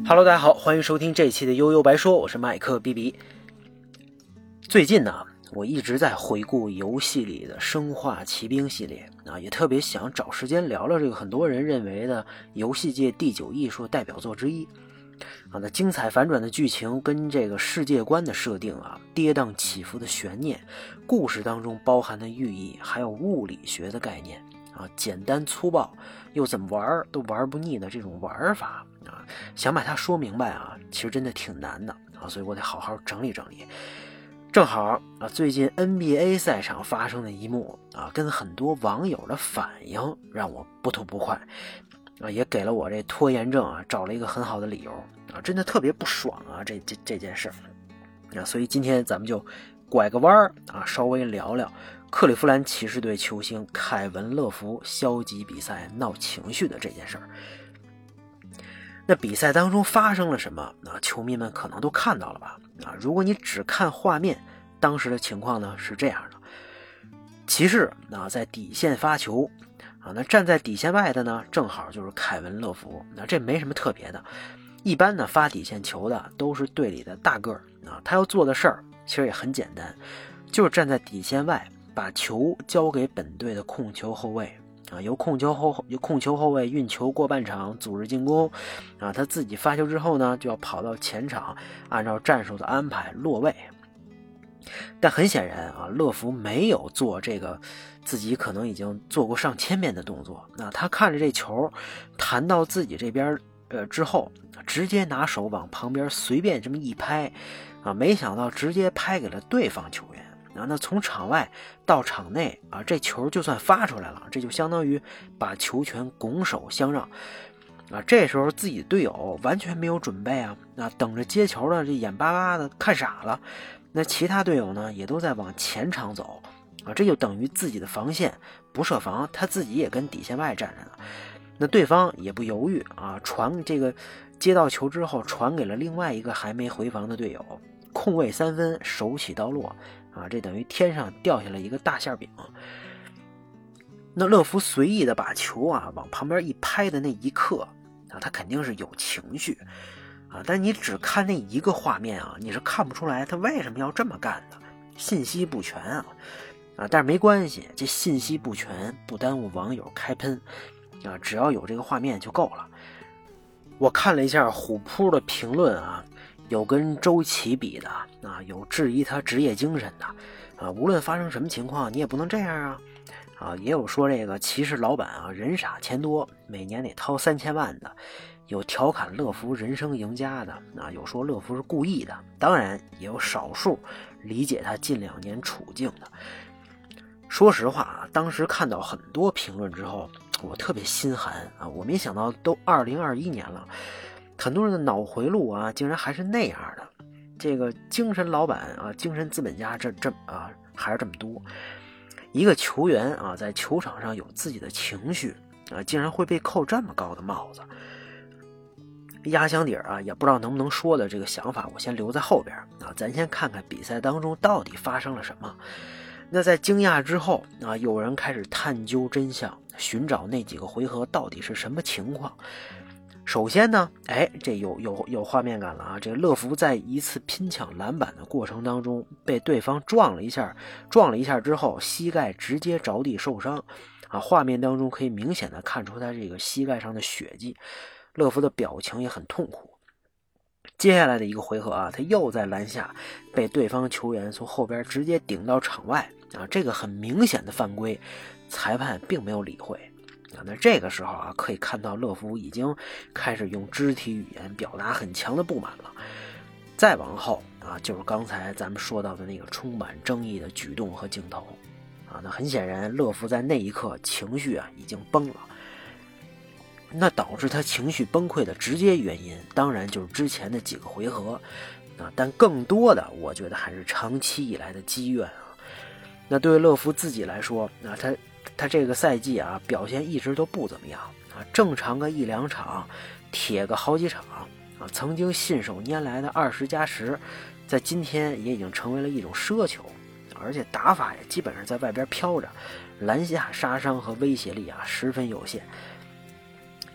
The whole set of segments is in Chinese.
Hello， 大家好，欢迎收听这一期的悠悠白说，我是麦克 BB。最近呢，我一直在回顾游戏里的生化奇兵系列啊，也特别想找时间聊聊这个很多人认为的游戏界第9艺术代表作之一啊。那精彩反转的剧情跟这个世界观的设定啊，跌宕起伏的悬念，故事当中包含的寓意，还有物理学的概念啊，简单粗暴又怎么玩都玩不腻的这种玩法啊，想把它说明白啊，其实真的挺难的啊，所以我得好好整理整理。正好啊，最近 NBA 赛场发生的一幕啊，跟很多网友的反应让我不吐不快啊，也给了我这拖延症啊找了一个很好的理由啊，真的特别不爽啊这件事啊，所以今天咱们就拐个弯啊，稍微聊聊克利夫兰骑士队球星凯文·乐福消极比赛闹情绪的这件事儿。那比赛当中发生了什么啊？球迷们可能都看到了吧？啊，如果你只看画面，当时的情况呢是这样的：骑士啊在底线发球啊，那站在底线外的呢，正好就是凯文·乐福。那这没什么特别的，一般呢发底线球的都是队里的大个儿啊，他要做的事儿其实也很简单，就是站在底线外，把球交给本队的控球后卫。啊，由控球后卫运球过半场组织进攻啊，他自己发球之后呢，就要跑到前场，按照战术的安排落位。但很显然啊，乐福没有做这个自己可能已经做过上千遍的动作。那他看着这球弹到自己这边之后，直接拿手往旁边随便这么一拍啊，没想到直接拍给了对方球员。那从场外到场内啊，这球就算发出来了，这就相当于把球权拱手相让啊。这时候自己队友完全没有准备啊，等着接球的这眼巴巴的看傻了。那其他队友呢也都在往前场走啊，这就等于自己的防线不设防，他自己也跟底线外站着呢。那对方也不犹豫啊，传这个接到球之后传给了另外一个还没回防的队友，空位3分，手起刀落啊，这等于天上掉下来一个大馅饼。那乐福随意的把球啊往旁边一拍的那一刻啊，他肯定是有情绪啊，但你只看那一个画面啊，你是看不出来他为什么要这么干的，信息不全啊。但是没关系，这信息不全不耽误网友开喷啊，只要有这个画面就够了。我看了一下虎扑的评论啊，有跟周琦比的啊，有质疑他职业精神的啊，无论发生什么情况你也不能这样啊，也有说这个骑士老板啊人傻钱多，每年得掏3000万的，有调侃乐福人生赢家的啊，有说乐福是故意的，当然也有少数理解他近2年处境的。说实话啊，当时看到很多评论之后，我特别心寒啊！我没想到都2021年了，很多人的脑回路啊，竟然还是那样的。这个精神老板啊，精神资本家还是这么多。一个球员啊，在球场上有自己的情绪啊，竟然会被扣这么高的帽子。压箱底啊，也不知道能不能说的这个想法，我先留在后边啊。咱先看看比赛当中到底发生了什么。那在惊讶之后啊，有人开始探究真相，寻找那几个回合到底是什么情况。首先呢，这有画面感了啊！这个乐福在一次拼抢篮板的过程当中，被对方撞了一下之后，膝盖直接着地受伤啊！画面当中可以明显的看出他这个膝盖上的血迹，乐福的表情也很痛苦。接下来的一个回合啊，他又在篮下被对方球员从后边直接顶到场外啊，这个很明显的犯规，裁判并没有理会啊。那这个时候啊，可以看到乐福已经开始用肢体语言表达很强的不满了。再往后啊，就是刚才咱们说到的那个充满争议的举动和镜头啊，那很显然乐福在那一刻情绪啊已经崩了。那导致他情绪崩溃的直接原因，当然就是之前的几个回合啊，但更多的我觉得还是长期以来的积怨啊。那对于乐福自己来说啊，他这个赛季啊表现一直都不怎么样啊，正常个1-2场，铁个好几场啊，曾经信手拈来的20+10，在今天也已经成为了一种奢求，而且打法也基本上在外边飘着，篮下杀伤和威胁力啊十分有限。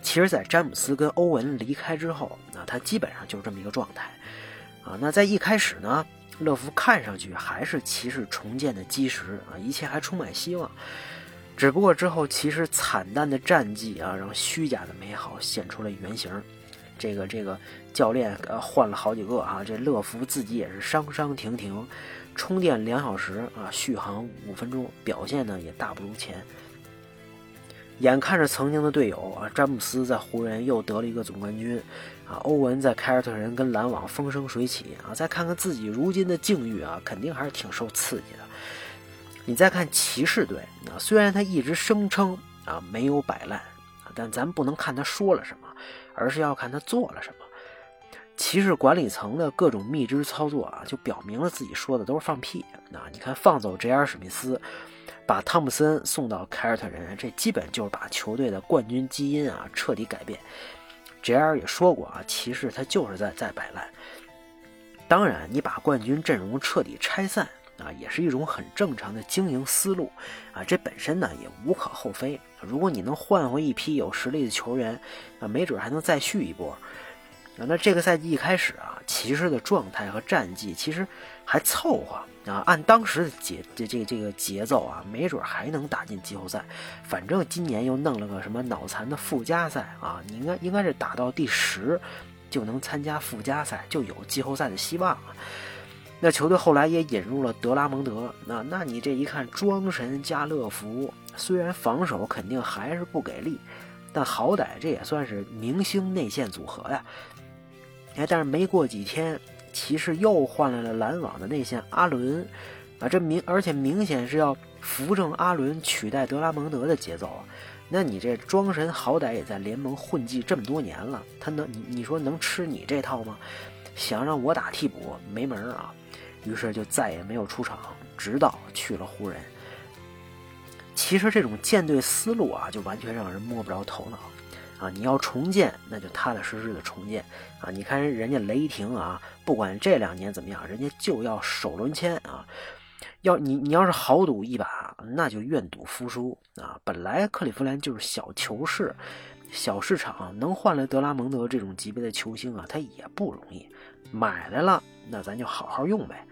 其实在詹姆斯跟欧文离开之后，他基本上就是这么一个状态那在一开始呢，乐福看上去还是骑士重建的基石一切还充满希望。只不过之后骑士惨淡的战绩让虚假的美好现出了原形。这个教练换了好几个这乐福自己也是伤伤停停，充电2小时续航5分钟，表现呢也大不如前。眼看着曾经的队友詹姆斯在湖人又得了一个总冠军欧文在凯尔特人跟篮网风生水起再看看自己如今的境遇肯定还是挺受刺激的。你再看骑士队虽然他一直声称没有摆烂但咱不能看他说了什么，而是要看他做了什么。骑士管理层的各种秘制操作就表明了自己说的都是放屁你看放走 JR 史密斯，把汤普森送到凯尔特人，这基本就是把球队的冠军基因彻底改变。JR 也说过骑士他就是在摆烂。当然你把冠军阵容彻底拆散也是一种很正常的经营思路这本身呢也无可厚非。如果你能换回一批有实力的球员没准还能再续一波那这个赛季一开始骑士的状态和战绩其实还凑合按当时的这个节奏没准还能打进季后赛。反正今年又弄了个什么脑残的附加赛你应该是打到第10就能参加附加赛，就有季后赛的希望那球队后来也引入了德拉蒙德那你这一看庄神加乐福，虽然防守肯定还是不给力，但好歹这也算是明星内线组合呀但是没过几天骑士又换来了篮网的内线阿伦而且明显是要扶正阿伦取代德拉蒙德的节奏那你这庄神好歹也在联盟混迹这么多年了，他你说能吃你这套吗？想让我打替补没门于是就再也没有出场，直到去了湖人。其实这种建队思路就完全让人摸不着头脑你要重建那就踏踏实实的重建你看人家雷霆不管这2年怎么样，人家就要首轮签你要是豪赌一把，那就愿赌服输本来克利夫兰就是小球市小市场，能换来德拉蒙德这种级别的球星他也不容易，买来了那咱就好好用呗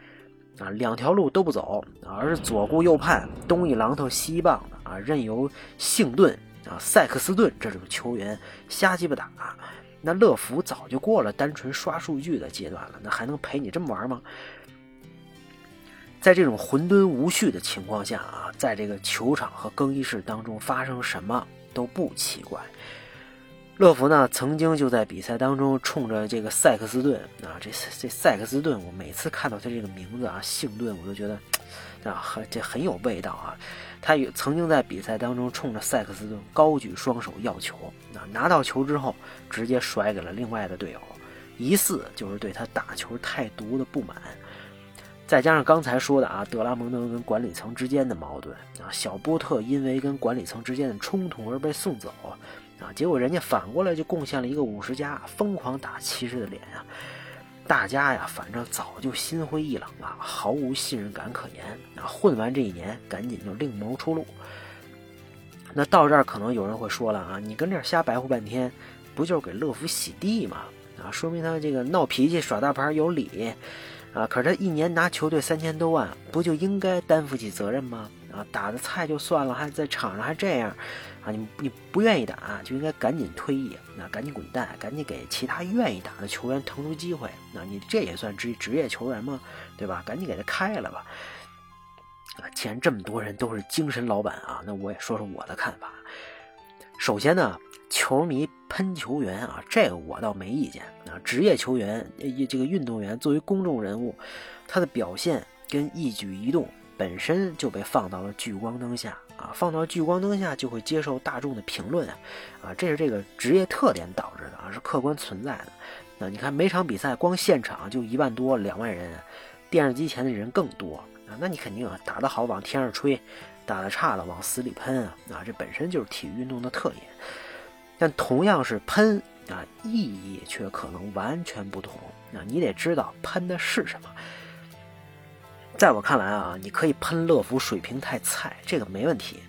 2条路都不走而是左顾右盼，东一榔头西一棒的任由幸顿塞克斯顿这种球员瞎鸡巴打那乐福早就过了单纯刷数据的阶段了，那还能陪你这么玩吗？在这种混沌无序的情况下在这个球场和更衣室当中发生什么都不奇怪。乐福呢曾经就在比赛当中冲着这个塞克斯顿这塞克斯顿，我每次看到他这个名字幸顿，我都觉得这很有味道他也曾经在比赛当中冲着塞克斯顿高举双手要球拿到球之后直接甩给了另外的队友，疑似就是对他打球太毒的不满。再加上刚才说的德拉蒙德跟管理层之间的矛盾小波特因为跟管理层之间的冲突而被送走结果人家反过来就贡献了一个50加，疯狂打骑士的脸大家反正早就心灰意冷了，毫无信任感可言混完这一年赶紧就另谋出路。那到这儿可能有人会说了你跟这儿瞎白活半天，不就是给乐福洗地吗说明他这个闹脾气耍大牌有理可是他一年拿球队3000多万，不就应该担负起责任吗打的菜就算了，还在场上还这样你不愿意打就应该赶紧退役赶紧滚蛋，赶紧给其他愿意打的球员腾出机会你这也算职业球员吗？对吧？赶紧给他开了吧既然这么多人都是精神老板那我也说说我的看法。首先呢，球迷喷球员这个我倒没意见职业球员这个运动员作为公众人物，他的表现跟一举一动本身就被放到了聚光灯下放到聚光灯下就会接受大众的评论这是这个职业特点导致的是客观存在的你看每场比赛光现场就1万多2万人，电视机前的人更多那你肯定打得好往天上吹，打得差了往死里喷这本身就是体育运动的特点。但同样是喷意义却可能完全不同你得知道喷的是什么。在我看来你可以喷乐福水平太菜，这个没问题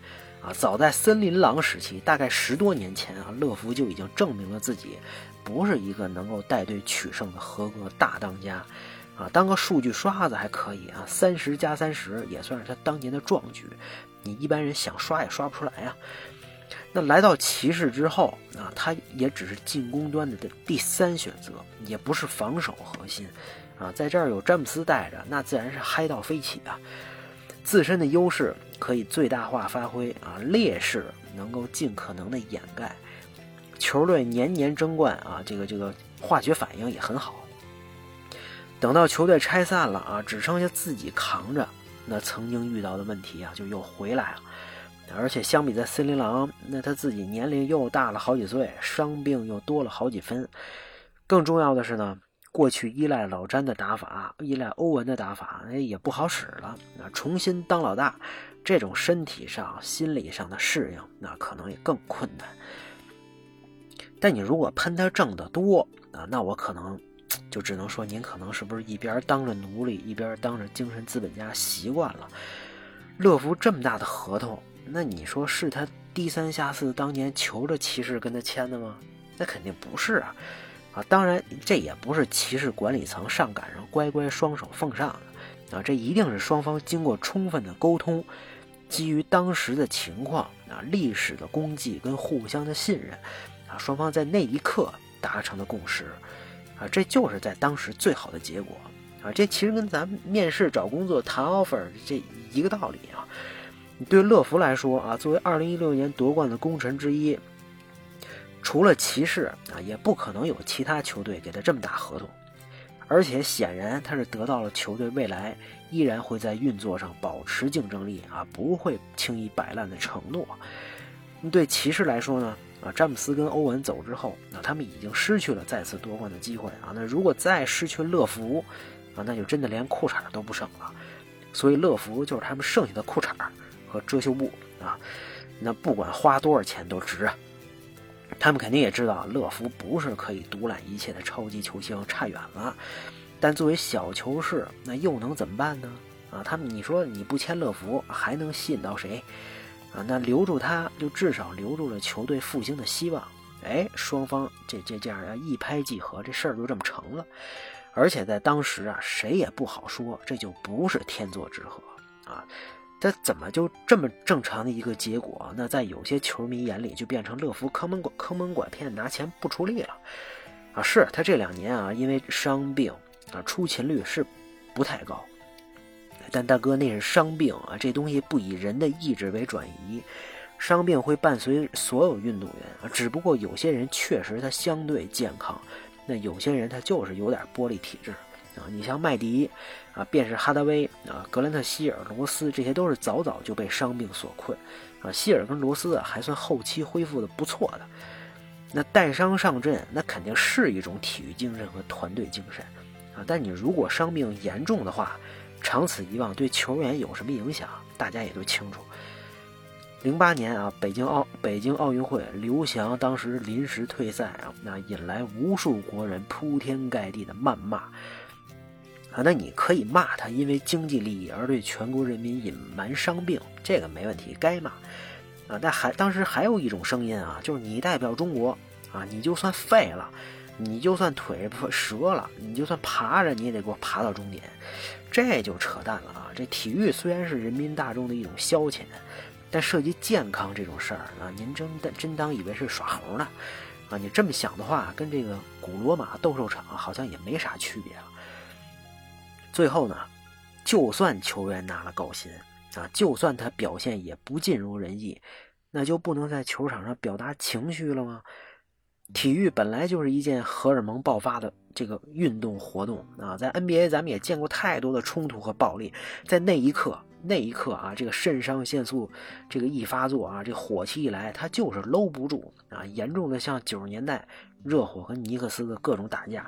早在森林狼时期，大概10多年前乐福就已经证明了自己不是一个能够带队取胜的合格大当家当个数据刷子还可以30加30也算是他当年的壮举，你一般人想刷也刷不出来那来到骑士之后他也只是进攻端的第3选择，也不是防守核心在这儿有詹姆斯带着，那自然是嗨到飞起自身的优势可以最大化发挥劣势能够尽可能的掩盖，球队年年争冠这个化学反应也很好。等到球队拆散了只剩下自己扛着，那曾经遇到的问题就又回来了。而且相比在森林狼，那他自己年龄又大了好几岁，伤病又多了好几分。更重要的是呢，过去依赖老詹的打法，依赖欧文的打法也不好使了。重新当老大，这种身体上心理上的适应那可能也更困难。但你如果喷他挣得多那我可能就只能说您可能是不是一边当着奴隶一边当着精神资本家习惯了。乐福这么大的合同，那你说是他低3下4当年求着骑士跟他签的吗？那肯定不是当然这也不是骑士管理层上赶上乖乖双手奉上的这一定是双方经过充分的沟通，基于当时的情况历史的功绩跟互相的信任双方在那一刻达成的共识这就是在当时最好的结果这其实跟咱们面试找工作谈 offer 这一个道理对乐福来说作为2016年夺冠的功臣之一，除了骑士也不可能有其他球队给他这么大合同，而且显然他是得到了球队未来依然会在运作上保持竞争力不会轻易摆烂的承诺。对骑士来说呢詹姆斯跟欧文走之后他们已经失去了再次夺冠的机会那如果再失去乐福那就真的连裤衩都不剩了。所以乐福就是他们剩下的裤衩和遮羞布那不管花多少钱都值他们肯定也知道乐福不是可以独揽一切的超级球星，差远了。但作为小球市，那又能怎么办呢？他们你说你不签乐福，还能吸引到谁？那留住他，就至少留住了球队复兴的希望。双方这样一拍即合，这事儿就这么成了。而且在当时谁也不好说，这就不是天作之合这怎么就这么正常的一个结果？那在有些球迷眼里就变成乐福坑蒙拐骗，拿钱不出力了是他这2年因为伤病出勤率是不太高，但大哥那是伤病这东西不以人的意志为转移，伤病会伴随所有运动员只不过有些人确实他相对健康，那有些人他就是有点玻璃体质你像麦迪便是哈达威格兰特希尔罗斯，这些都是早早就被伤病所困希尔跟罗斯还算后期恢复的不错的。那带伤上阵那肯定是一种体育精神和团队精神但你如果伤病严重的话，长此以往对球员有什么影响大家也都清楚。08年北京奥运会，刘翔当时临时退赛那引来无数国人铺天盖地的谩骂那你可以骂他因为经济利益而对全国人民隐瞒伤病，这个没问题，该骂但当时还有一种声音就是你代表中国你就算废了，你就算腿折了，你就算爬着你也得给我爬到终点，这就扯淡了这体育虽然是人民大众的一种消遣，但涉及健康这种事儿您真当以为是耍猴呢你这么想的话，跟这个古罗马斗兽场好像也没啥区别了。最后呢，就算球员拿了高薪就算他表现也不尽如人意，那就不能在球场上表达情绪了吗？体育本来就是一件荷尔蒙爆发的这个运动活动在 NBA 咱们也见过太多的冲突和暴力，在那一刻这个肾上腺素这个一发作这火气一来，它就是搂不住严重的像90年代热火和尼克斯的各种打架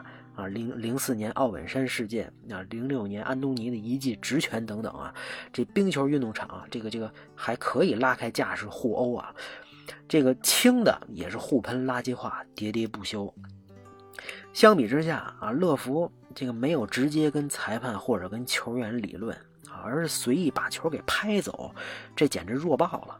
04年奥本山事件06年安东尼的一记直拳等等这冰球运动场这个还可以拉开架势互殴这个轻的也是互喷垃圾话，喋喋不休。相比之下乐福这个没有直接跟裁判或者跟球员理论而是随意把球给拍走，这简直弱爆了。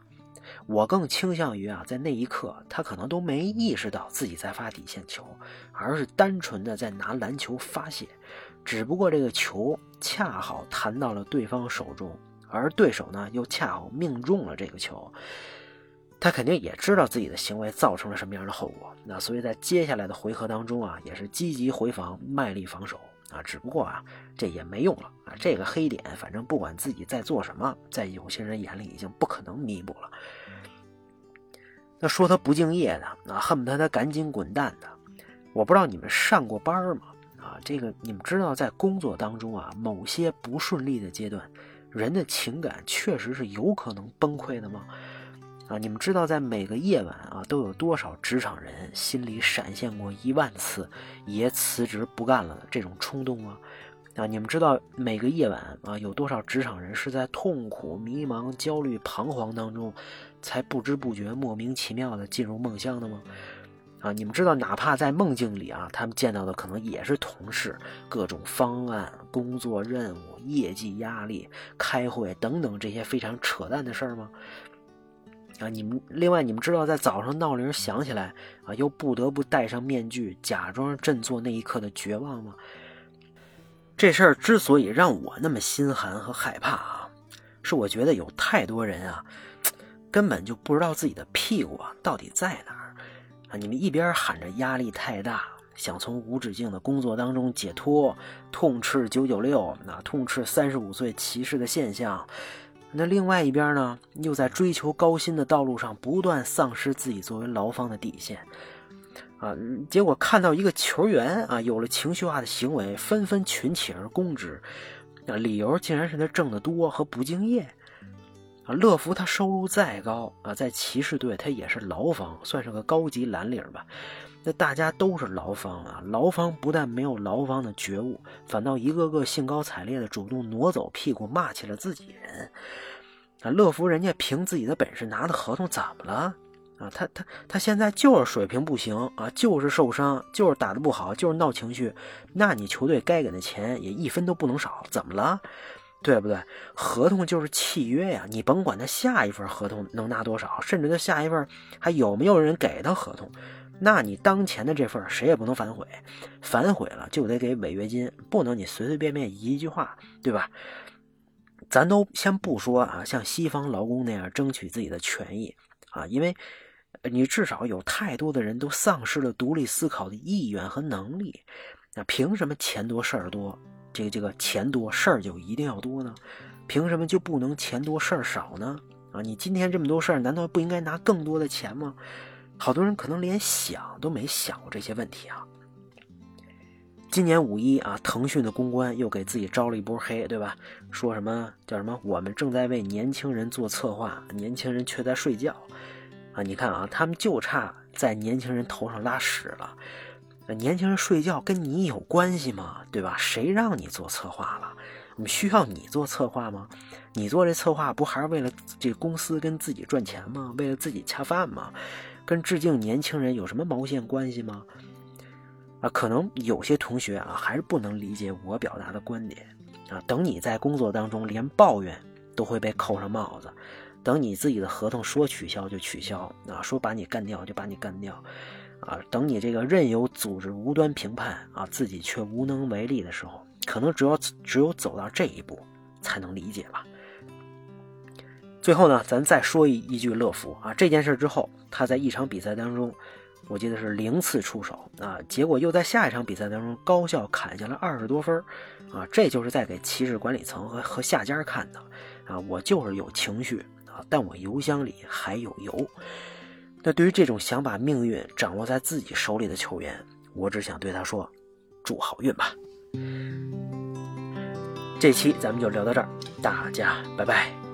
我更倾向于在那一刻他可能都没意识到自己在发底线球，而是单纯的在拿篮球发泄，只不过这个球恰好弹到了对方手中，而对手呢又恰好命中了这个球。他肯定也知道自己的行为造成了什么样的后果，那所以在接下来的回合当中也是积极回防，卖力防守只不过这也没用了这个黑点反正不管自己在做什么，在有些人眼里已经不可能弥补了。那说他不敬业的恨不得他赶紧滚蛋的，我不知道你们上过班吗？这个你们知道在工作当中某些不顺利的阶段，人的情感确实是有可能崩溃的吗？你们知道在每个夜晚都有多少职场人心里闪现过10000次也辞职不干了的这种冲动吗？你们知道每个夜晚有多少职场人是在痛苦、迷茫、焦虑、彷徨当中才不知不觉莫名其妙的进入梦乡的吗？你们知道哪怕在梦境里他们见到的可能也是同事、各种方案、工作任务、业绩压力、开会等等这些非常扯淡的事儿吗？另外你们知道在早上闹铃响起来又不得不戴上面具假装振作那一刻的绝望吗？这事儿之所以让我那么心寒和害怕是我觉得有太多人根本就不知道自己的屁股到底在哪儿你们一边喊着压力太大，想从无止境的工作当中解脱，痛斥996，痛斥35岁歧视的现象，那另外一边呢，又在追求高薪的道路上不断丧失自己作为劳方的底线结果看到一个球员有了情绪化的行为，纷纷群起而攻之理由竟然是他挣得多和不敬业乐福他收入再高在骑士队他也是劳方，算是个高级蓝领吧。那大家都是劳方劳方不但没有劳方的觉悟，反倒一个个兴高采烈的主动挪走屁股骂起了自己人乐福人家凭自己的本事拿的合同怎么了他现在就是水平不行就是受伤，就是打得不好，就是闹情绪，那你球队该给的钱也1分都不能少，怎么了？对不对？合同就是契约呀，你甭管他下一份合同能拿多少，甚至他下一份还有没有人给他合同，那你当前的这份谁也不能反悔，反悔了就得给违约金，不能你随随便便一句话，对吧？咱都先不说像西方劳工那样争取自己的权益因为你至少有太多的人都丧失了独立思考的意愿和能力，那凭什么钱多事儿多？这个钱多事儿就一定要多呢？凭什么就不能钱多事儿少呢？你今天这么多事儿，难道不应该拿更多的钱吗？好多人可能连想都没想过这些问题今年5·1腾讯的公关又给自己招了一波黑，对吧？说什么叫什么我们正在为年轻人做策划，年轻人却在睡觉你看他们就差在年轻人头上拉屎了。年轻人睡觉跟你有关系吗？对吧？谁让你做策划了？我们需要你做策划吗？你做这策划不还是为了这公司跟自己赚钱吗？为了自己恰饭吗？跟致敬年轻人有什么毛线关系吗？可能有些同学还是不能理解我表达的观点等你在工作当中连抱怨都会被扣上帽子，等你自己的合同说取消就取消说把你干掉就把你干掉等你这个任由组织无端评判自己却无能为力的时候，可能只有走到这一步才能理解吧。最后呢，咱再说一句乐福这件事之后，他在一场比赛当中，我记得是0次出手结果又在下一场比赛当中高效砍下了20多分这就是在给骑士管理层和下家看的我就是有情绪但我油箱里还有油。那对于这种想把命运掌握在自己手里的球员，我只想对他说，祝好运吧。这期咱们就聊到这儿，大家拜拜。